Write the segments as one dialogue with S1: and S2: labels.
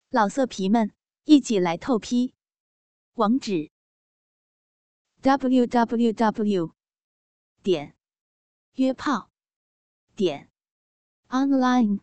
S1: 老色皮们，一起来透批！网址 www.约炮online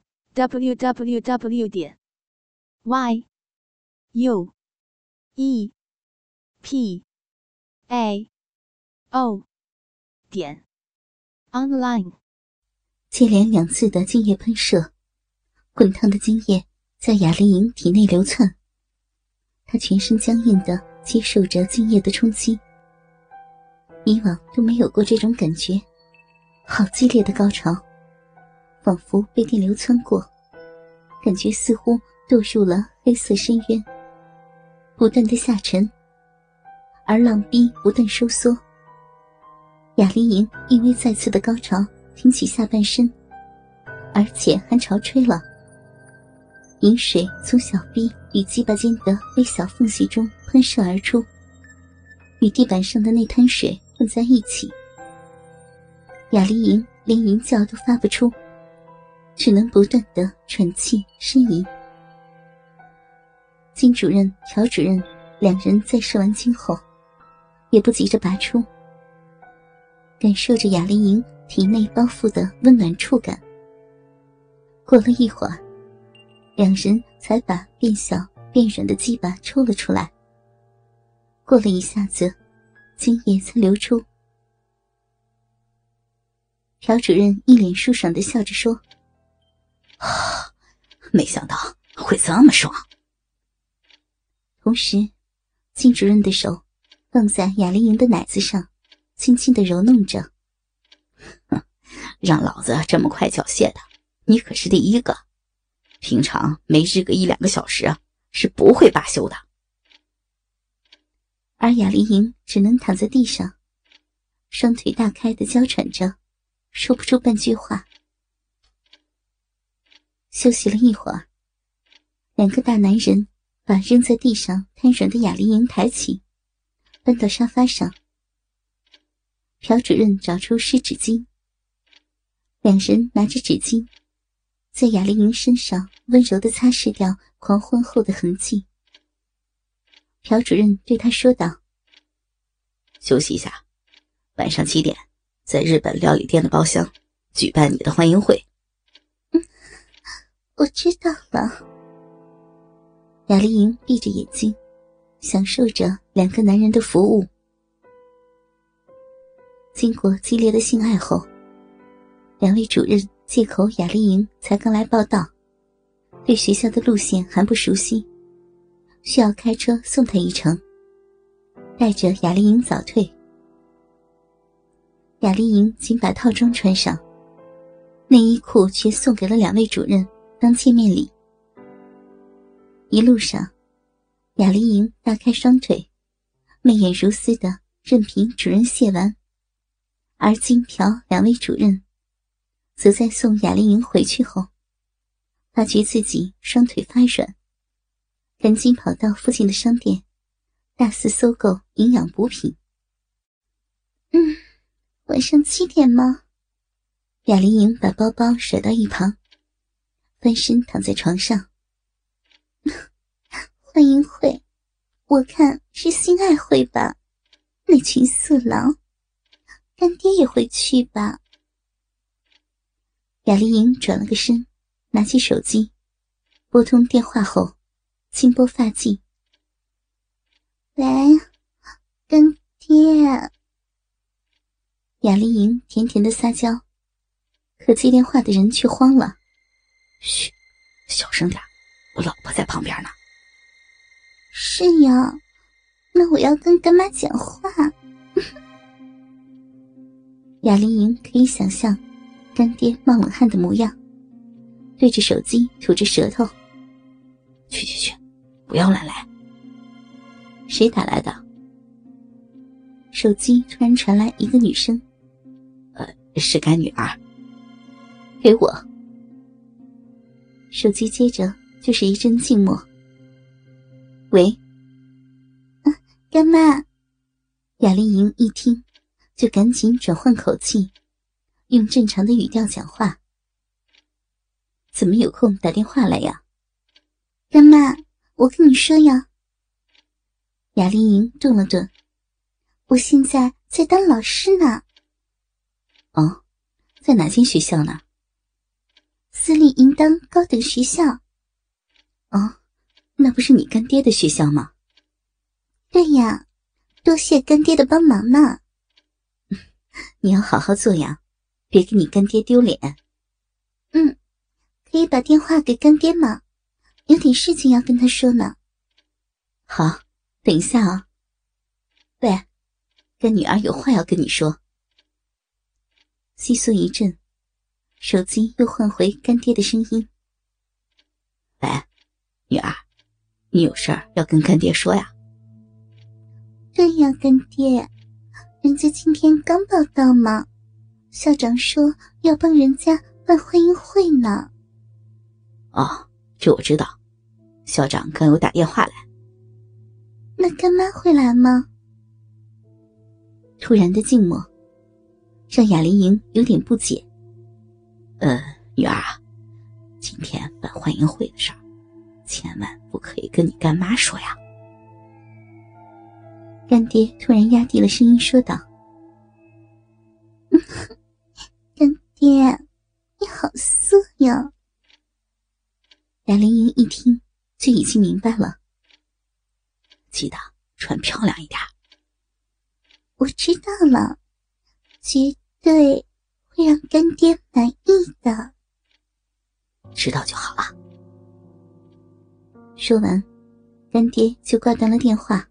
S1: www.yuepao.online。
S2: 接连2次的精液喷射，滚烫的精液在雅丽莹体内流窜，她全身僵硬地接受着精液的冲击。以往都没有过这种感觉，好激烈的高潮，仿佛被电流穿过，感觉似乎堕入了黑色深渊，不断地下沉，而浪逼不断收缩。雅丽莹因为再次的高潮挺起下半身，而且还潮吹了，饮水从小臂与鸡巴间的微小缝隙中喷射而出，与地板上的那滩水混在一起。雅丽莹连吟叫都发不出，只能不断地喘气呻吟。金主任、朴主任2人在射完精后也不急着拔出，感受着雅丽莹体内包覆的温暖触感。过了一会儿，2人才把变小变软的鸡巴抽了出来。过了一下子，精液才流出。朴主任一脸舒爽地笑着说：
S3: 没想到会这么爽。
S2: 同时金主任的手放在雅丽莹的奶子上，轻轻地揉弄着。
S3: 让老子这么快缴械的，你可是第一个。平常没日个1-2个小时是不会罢休的。
S2: 而雅丽莹只能躺在地上，双腿大开地娇喘着，说不出半句话。休息了一会儿，2个大男人把扔在地上瘫软的雅丽莹抬起，搬到沙发上。朴主任找出湿纸巾，2人拿着纸巾在雅丽莹身上温柔地擦拭掉狂欢后的痕迹。朴主任对他说道：
S3: 休息一下，晚上7点在日本料理店的包厢举办你的欢迎会。
S2: 我知道了。雅丽莹闭着眼睛，享受着2个男人的服务。经过激烈的性爱后，2位主任借口雅丽莹才刚来报道，对学校的路线还不熟悉，需要开车送她一程，带着雅丽莹早退。雅丽莹仅把套装穿上，内衣裤却送给了2位主任当见面礼。一路上，雅丽莹大开双腿，媚眼如丝的任凭主任卸完，而金朴2位主任则在送雅丽莹回去后，发觉自己双腿发软，赶紧跑到附近的商店大肆搜购营养补品。晚上7点吗？雅丽莹把包包甩到一旁，翻身躺在床上。欢迎会，我看是性爱会吧，那群色狼，干爹也会去吧。雅丽莹转了个身，拿起手机拨通电话后轻拨发髻：喂，干爹。雅丽莹甜甜的撒娇，可接电话的人却慌了：
S3: 嘘，小声点，我老婆在旁边呢。
S2: 是呀，那我要跟干妈讲话。雅丽莹可以想象干爹冒冷汗的模样，对着手机吐着舌头：
S3: 去，不要乱来。
S2: 谁打来的？手机突然传来一个女声：
S3: 是干女儿。
S2: 给我。手机接着就是一阵静默。喂。干妈。雅丽莹一听就赶紧转换口气，用正常的语调讲话：怎么有空打电话来呀？干妈， 我跟你说呀。雅丽莹顿了顿，我现在在当老师呢。
S3: 哦，在哪间学校呢？
S2: 私立应当高等学校。
S3: 哦，那不是你干爹的学校吗？
S2: 对呀，多谢干爹的帮忙呢。
S3: 你要好好做呀，别给你干爹丢脸。
S2: 可以把电话给干爹吗？有点事情要跟他说呢。
S3: 好，等一下啊。喂，干女儿有话要跟你说。窸窣一阵，手机又换回干爹的声音。喂，女儿，你有事儿要跟干爹说呀？
S2: 对呀，干爹，人家今天刚报道嘛，校长说要帮人家办欢迎会呢。
S3: 哦，这我知道，校长刚有打电话来。
S2: 那干妈会来吗？
S3: 突然的静默让雅丽莹有点不解。女儿啊，今天办欢迎会的事儿，千万不可以跟你干妈说呀。干爹突然压低了声音说道。
S2: 干爹，你好色呀。
S3: 雅丽莹一听就已经明白了，记得穿漂亮一点。
S2: 我知道了，绝对会让干爹满意的。
S3: 知道就好了。说完，干爹就挂断了电话。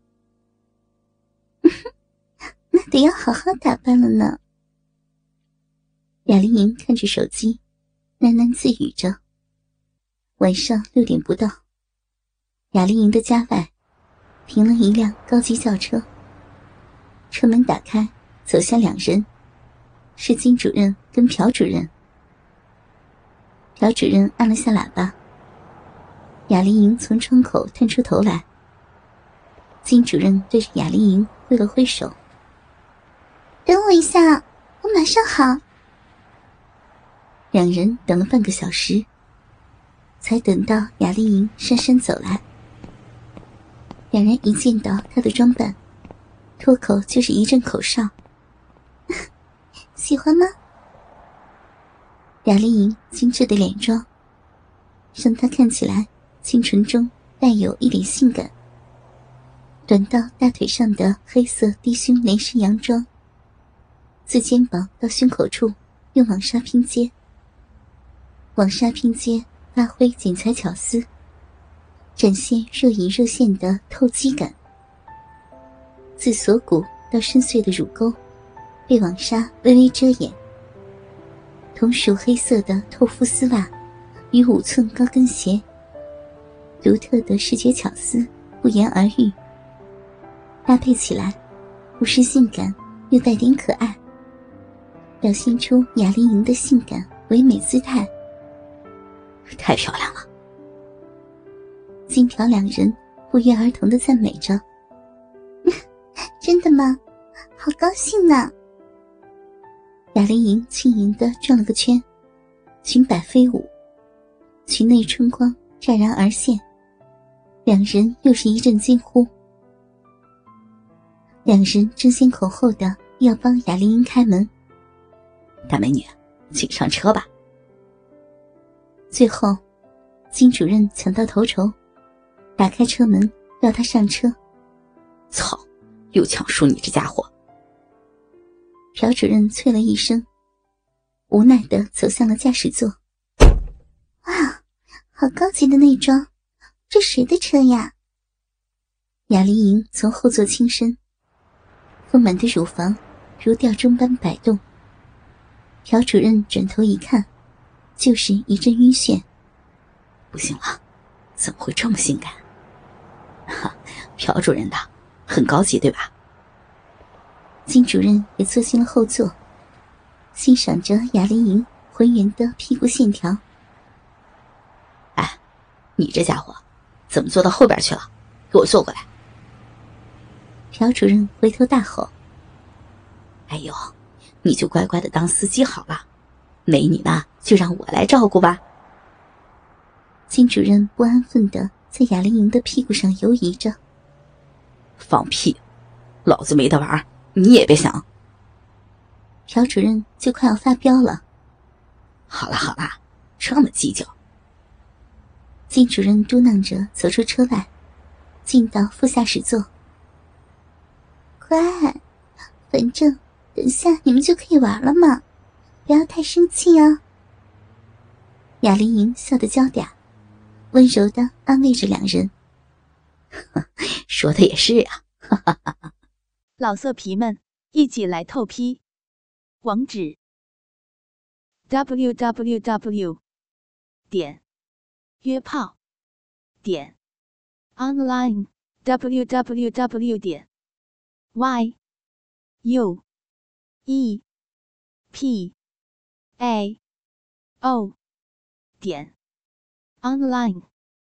S2: 那得要好好打扮了呢。
S3: 雅丽莹看着手机，喃喃自语着。晚上6点不到，雅丽莹的家外停了一辆高级轿车。车门打开，走下两人，是金主任跟朴主任。朴主任按了下喇叭，雅丽莹从窗口探出头来。金主任对着雅丽莹挥了挥手。
S2: 等我一下，我马上好。
S3: 两人等了半个小时，才等到雅丽莹姗姗走来。两人一见到她的装扮，脱口就是一阵口哨。
S2: 喜欢吗？
S3: 雅丽莹精致的脸妆让她看起来清纯中带有一点性感。短到大腿上的黑色低胸连身洋装，自肩膀到胸口处用网纱拼接，网纱拼接发挥剪裁巧思，展现若隐若现的透肌感。自锁骨到深邃的乳沟被网纱微微遮掩，同属黑色的透肤丝袜与5寸高跟鞋，独特的视觉巧思不言而喻，搭配起来不失性感又带点可爱，表现出雅丽莹的性感唯美姿态。太漂亮了！金朴两人不约而同地赞美着。
S2: 真的吗？好高兴呢。
S3: 雅丽莹轻盈地转了个圈，裙摆飞舞，裙内春光乍然而现，两人又是一阵惊呼。两人争先恐后的要帮雅丽莹开门。大美女，请上车吧。最后，金主任抢到头筹，打开车门要她上车。操，又抢输你这家伙！朴主任啐了一声，无奈地走向了驾驶座。
S2: 哇，好高级的内装，这谁的车呀？
S3: 雅丽莹从后座轻身，丰满的乳房如吊钟般摆动。朴主任转头一看，就是一阵晕眩。不行了，怎么会这么性感？哈，朴主任的很高级对吧？金主任也坐进了后座，欣赏着雅丽莹浑圆的屁股线条。哎，你这家伙怎么坐到后边去了？给我坐过来！朴主任回头大吼：哎呦，你就乖乖的当司机好了，没你呢就让我来照顾吧。金主任不安分地
S2: 在雅玲莹的屁股上游移着。
S4: 放屁，老子没得玩，你也别想。
S2: 朴主任就快要发飙了。
S4: 好啦好啦，这么计较。
S2: 金主任嘟囔着走出车外，进到副驾驶座。乖，反正等下你们就可以玩了嘛，不要太生气啊。雅玲莹笑得娇嗲，温柔地安慰着两人。
S4: 说的也是呀，
S1: 老色皮们，一起来透批！网址 www.约炮online www.yuepao.online